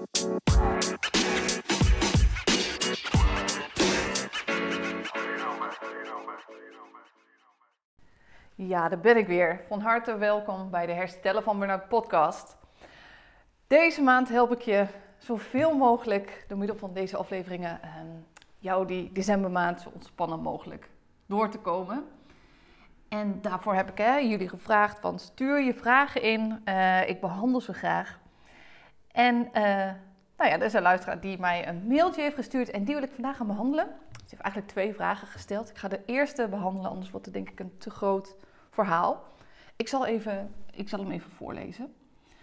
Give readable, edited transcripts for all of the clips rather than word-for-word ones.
Ja, daar ben ik weer. Van harte welkom bij de Herstellen van Burn-out podcast. Deze maand help ik je zoveel mogelijk door middel van deze afleveringen jou die decembermaand zo ontspannen mogelijk door te komen. En daarvoor heb ik jullie gevraagd van stuur je vragen in. Ik behandel ze graag. En er is een luisteraar die mij een mailtje heeft gestuurd en die wil ik vandaag gaan behandelen. Ze heeft eigenlijk 2 vragen gesteld. Ik ga de eerste behandelen, anders wordt het denk ik een te groot verhaal. Ik zal hem even voorlezen.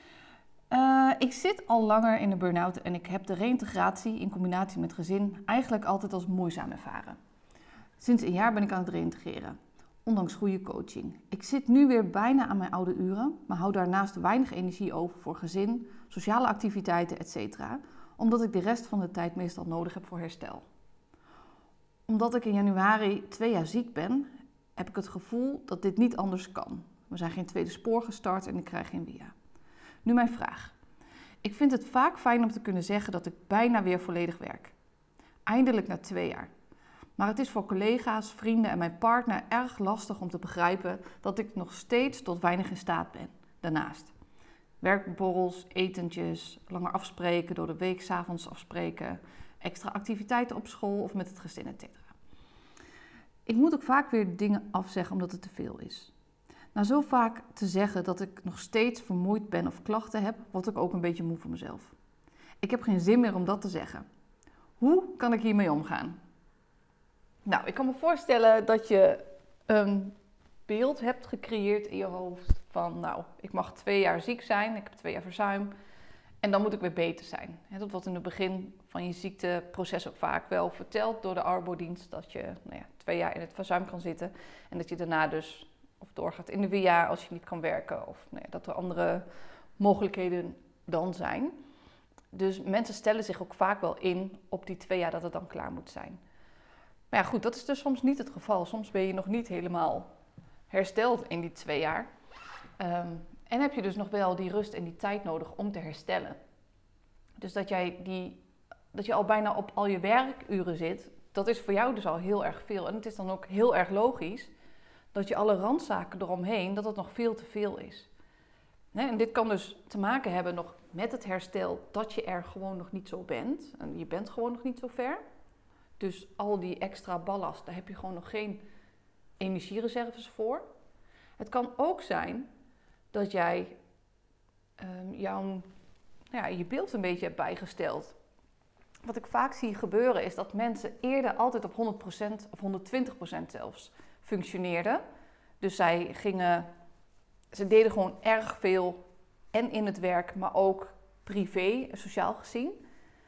Ik zit al langer in de burn-out en ik heb de reïntegratie in combinatie met gezin eigenlijk altijd als moeizaam ervaren. Sinds een jaar ben ik aan het reïntegreren, ondanks goede coaching. Ik zit nu weer bijna aan mijn oude uren, maar hou daarnaast weinig energie over voor gezin, sociale activiteiten, etc. Omdat ik de rest van de tijd meestal nodig heb voor herstel. Omdat ik in januari 2 jaar ziek ben, heb ik het gevoel dat dit niet anders kan. We zijn geen tweede spoor gestart en ik krijg geen via. Nu mijn vraag. Ik vind het vaak fijn om te kunnen zeggen dat ik bijna weer volledig werk. Eindelijk na 2 jaar. Maar het is voor collega's, vrienden en mijn partner erg lastig om te begrijpen dat ik nog steeds tot weinig in staat ben. Daarnaast. Werkborrels, etentjes, langer afspreken, door de week 's avonds afspreken, extra activiteiten op school of met het gezin, etc. Ik moet ook vaak weer dingen afzeggen omdat het te veel is. Na zo vaak te zeggen dat ik nog steeds vermoeid ben of klachten heb, word ik ook een beetje moe van mezelf. Ik heb geen zin meer om dat te zeggen. Hoe kan ik hiermee omgaan? Nou, ik kan me voorstellen dat je een beeld hebt gecreëerd in je hoofd van, ik mag 2 jaar ziek zijn, ik heb 2 jaar verzuim en dan moet ik weer beter zijn. Dat wordt in het begin van je ziekteproces ook vaak wel verteld door de arbodienst, dat je 2 jaar in het verzuim kan zitten en dat je daarna dus of doorgaat in de via als je niet kan werken of dat er andere mogelijkheden dan zijn. Dus mensen stellen zich ook vaak wel in op die 2 jaar dat het dan klaar moet zijn. Maar ja, goed, dat is dus soms niet het geval. Soms ben je nog niet helemaal hersteld in die 2 jaar. En heb je dus nog wel die rust en die tijd nodig om te herstellen. Dus dat je al bijna op al je werkuren zit, dat is voor jou dus al heel erg veel. En het is dan ook heel erg logisch dat je alle randzaken eromheen, dat het nog veel te veel is. En dit kan dus te maken hebben nog met het herstel dat je er gewoon nog niet zo bent. En je bent gewoon nog niet zo ver. Dus al die extra ballast, daar heb je gewoon nog geen energiereserves voor. Het kan ook zijn dat jij je beeld een beetje hebt bijgesteld. Wat ik vaak zie gebeuren is dat mensen eerder altijd op 100% of 120% zelfs functioneerden. Dus ze deden gewoon erg veel en in het werk, maar ook privé, sociaal gezien.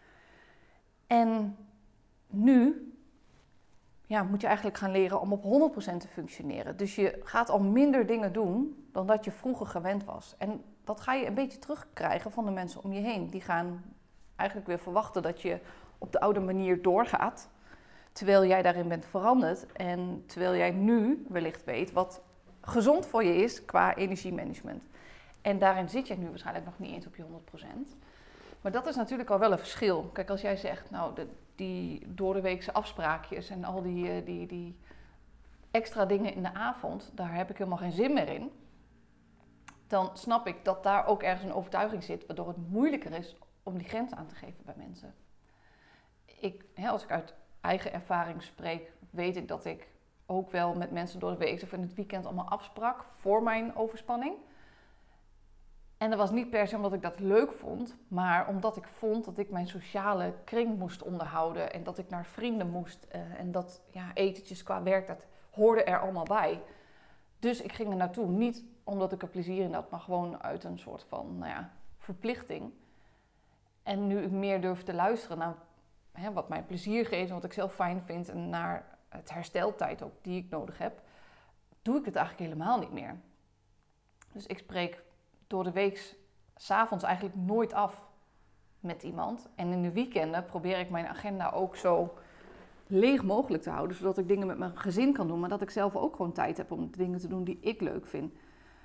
En nu moet je eigenlijk gaan leren om op 100% te functioneren. Dus je gaat al minder dingen doen dan dat je vroeger gewend was. En dat ga je een beetje terugkrijgen van de mensen om je heen. Die gaan eigenlijk weer verwachten dat je op de oude manier doorgaat. Terwijl jij daarin bent veranderd. En terwijl jij nu wellicht weet wat gezond voor je is qua energiemanagement. En daarin zit jij nu waarschijnlijk nog niet eens op je 100%. Maar dat is natuurlijk al wel een verschil. Kijk, als jij zegt, die doordeweekse afspraakjes en al die extra dingen in de avond, daar heb ik helemaal geen zin meer in. Dan snap ik dat daar ook ergens een overtuiging zit, waardoor het moeilijker is om die grens aan te geven bij mensen. Als ik uit eigen ervaring spreek, weet ik dat ik ook wel met mensen door de week of in het weekend allemaal afsprak voor mijn overspanning. En dat was niet per se omdat ik dat leuk vond, maar omdat ik vond dat ik mijn sociale kring moest onderhouden en dat ik naar vrienden moest. En dat etentjes qua werk, dat hoorde er allemaal bij. Dus ik ging er naartoe, niet omdat ik er plezier in had, maar gewoon uit een soort van verplichting. En nu ik meer durf te luisteren naar wat mij plezier geeft en wat ik zelf fijn vind en naar het hersteltijd ook die ik nodig heb, doe ik het eigenlijk helemaal niet meer. Dus ik spreek door de week 's avonds eigenlijk nooit af met iemand. En in de weekenden probeer ik mijn agenda ook zo leeg mogelijk te houden, zodat ik dingen met mijn gezin kan doen, maar dat ik zelf ook gewoon tijd heb om de dingen te doen die ik leuk vind.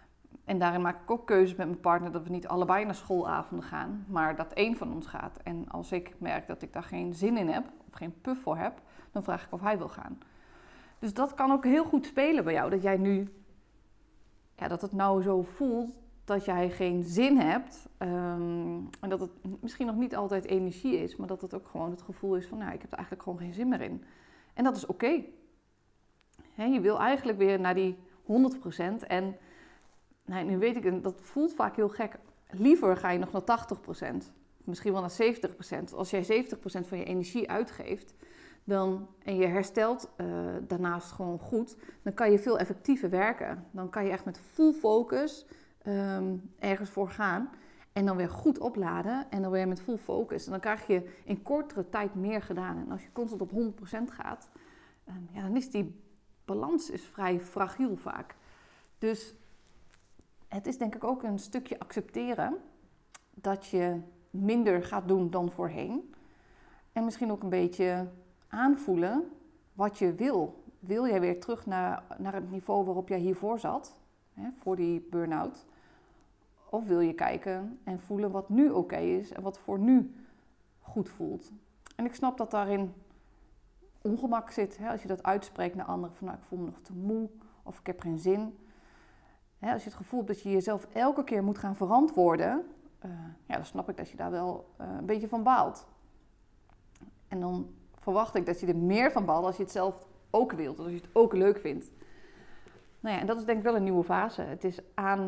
En daarin maak ik ook keuzes met mijn partner dat we niet allebei naar schoolavonden gaan, maar dat één van ons gaat. En als ik merk dat ik daar geen zin in heb, of geen puff voor heb, dan vraag ik of hij wil gaan. Dus dat kan ook heel goed spelen bij jou, dat jij nu, dat het nou zo voelt dat jij geen zin hebt. En dat het misschien nog niet altijd energie is, maar dat het ook gewoon het gevoel is van, ik heb er eigenlijk gewoon geen zin meer in. En dat is oké. Je wil eigenlijk weer naar die 100%. En nu weet ik, dat voelt vaak heel gek. Liever ga je nog naar 80%. Misschien wel naar 70%. Als jij 70% van je energie uitgeeft en je herstelt daarnaast gewoon goed, dan kan je veel effectiever werken. Dan kan je echt met full focus ergens voor gaan. En dan weer goed opladen en dan weer met full focus. En dan krijg je in kortere tijd meer gedaan. En als je constant op 100% gaat, dan is die balans vrij fragiel vaak. Dus het is denk ik ook een stukje accepteren dat je minder gaat doen dan voorheen. En misschien ook een beetje aanvoelen wat je wil. Wil jij weer terug naar het niveau waarop jij hiervoor zat, voor die burn-out? Of wil je kijken en voelen wat nu oké is en wat voor nu goed voelt? En ik snap dat daarin ongemak zit. Als je dat uitspreekt naar anderen van ik voel me nog te moe of ik heb geen zin. Als je het gevoel hebt dat je jezelf elke keer moet gaan verantwoorden, dan snap ik dat je daar wel een beetje van baalt. En dan verwacht ik dat je er meer van baalt als je het zelf ook wilt, als je het ook leuk vindt. En dat is denk ik wel een nieuwe fase. Het is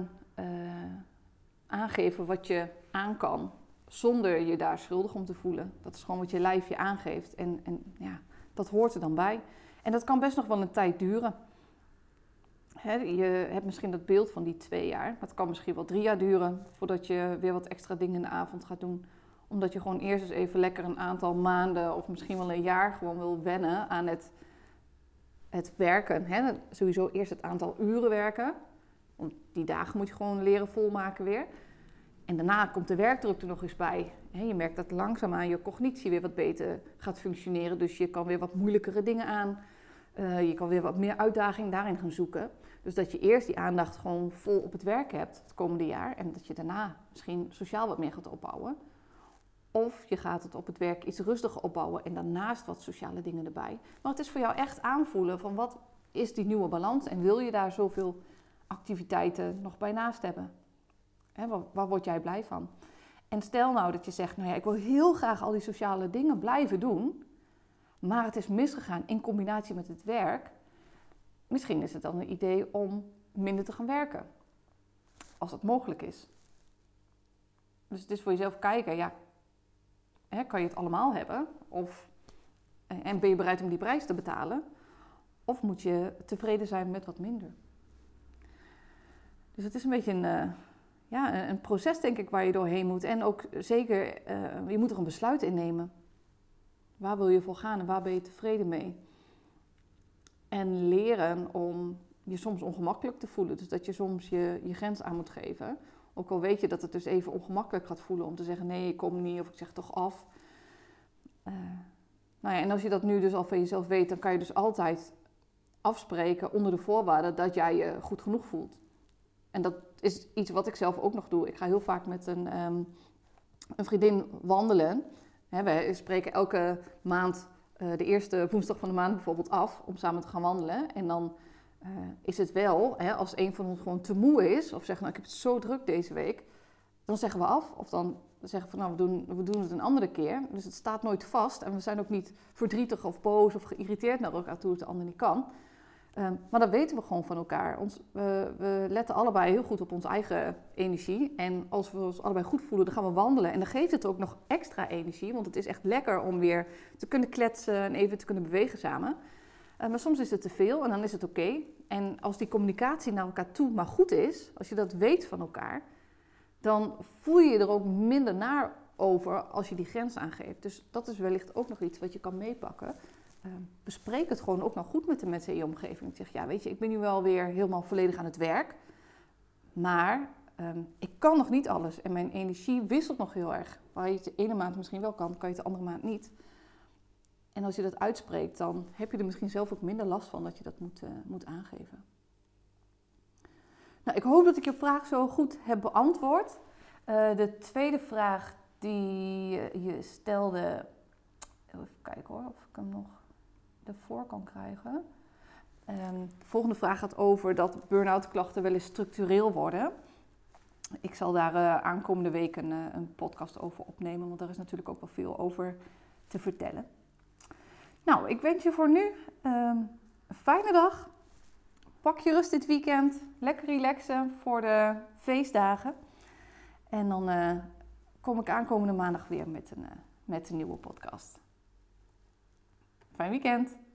aangeven wat je aan kan, zonder je daar schuldig om te voelen. Dat is gewoon wat je lijf je aangeeft. En dat hoort er dan bij. En dat kan best nog wel een tijd duren. Je hebt misschien dat beeld van die 2 jaar. Maar het kan misschien wel 3 jaar duren voordat je weer wat extra dingen in de avond gaat doen. Omdat je gewoon eerst eens even lekker een aantal maanden of misschien wel een jaar gewoon wil wennen aan het werken. Sowieso eerst het aantal uren werken. Want die dagen moet je gewoon leren volmaken weer. En daarna komt de werkdruk er nog eens bij. Je merkt dat langzaamaan je cognitie weer wat beter gaat functioneren. Dus je kan weer wat moeilijkere dingen aan. Je kan weer wat meer uitdaging daarin gaan zoeken. Dus dat je eerst die aandacht gewoon vol op het werk hebt het komende jaar. En dat je daarna misschien sociaal wat meer gaat opbouwen. Of je gaat het op het werk iets rustiger opbouwen en daarnaast wat sociale dingen erbij. Maar het is voor jou echt aanvoelen van wat is die nieuwe balans en wil je daar zoveel activiteiten nog bij naast hebben? Waar word jij blij van? En stel nou dat je zegt, ik wil heel graag al die sociale dingen blijven doen, maar het is misgegaan in combinatie met het werk. Misschien is het dan een idee om minder te gaan werken, als dat mogelijk is. Dus het is voor jezelf kijken, kan je het allemaal hebben? En ben je bereid om die prijs te betalen? Of moet je tevreden zijn met wat minder? Dus het is een beetje een proces, denk ik, waar je doorheen moet. En ook zeker, je moet er een besluit in nemen. Waar wil je voor gaan en waar ben je tevreden mee? En leren om je soms ongemakkelijk te voelen. Dus dat je soms je grens aan moet geven. Ook al weet je dat het dus even ongemakkelijk gaat voelen om te zeggen nee, ik kom niet of ik zeg toch af. En als je dat nu dus al van jezelf weet, dan kan je dus altijd afspreken onder de voorwaarde dat jij je goed genoeg voelt. En dat is iets wat ik zelf ook nog doe. Ik ga heel vaak met een vriendin wandelen. We spreken elke maand de eerste woensdag van de maand bijvoorbeeld af om samen te gaan wandelen. En dan is het wel, als een van ons gewoon te moe is of zegt, ik heb het zo druk deze week, dan zeggen we af. Of dan zeggen we we doen het een andere keer. Dus het staat nooit vast en we zijn ook niet verdrietig of boos of geïrriteerd naar elkaar toe dat de ander niet kan. Maar dat weten we gewoon van elkaar. We letten allebei heel goed op onze eigen energie. En als we ons allebei goed voelen, dan gaan we wandelen. En dan geeft het ook nog extra energie. Want het is echt lekker om weer te kunnen kletsen en even te kunnen bewegen samen. Maar soms is het te veel en dan is het oké. En als die communicatie naar elkaar toe maar goed is, als je dat weet van elkaar, dan voel je je er ook minder naar over als je die grens aangeeft. Dus dat is wellicht ook nog iets wat je kan meepakken. Bespreek het gewoon ook nog goed met de mensen in je omgeving. Zeg, weet je, ik ben nu wel weer helemaal volledig aan het werk. Maar ik kan nog niet alles. En mijn energie wisselt nog heel erg. Waar je het de ene maand misschien wel kan je het de andere maand niet. En als je dat uitspreekt, dan heb je er misschien zelf ook minder last van dat je dat moet aangeven. Nou, ik hoop dat ik je vraag zo goed heb beantwoord. De tweede vraag die je stelde, even kijken hoor, of ik hem nog ervoor kan krijgen. De volgende vraag gaat over dat burn-out klachten wel eens structureel worden. Ik zal daar aankomende week een podcast over opnemen, want daar is natuurlijk ook wel veel over te vertellen. Nou, ik wens je voor nu een fijne dag. Pak je rust dit weekend. Lekker relaxen voor de feestdagen. En dan kom ik aankomende maandag weer met een nieuwe podcast. Fijn weekend!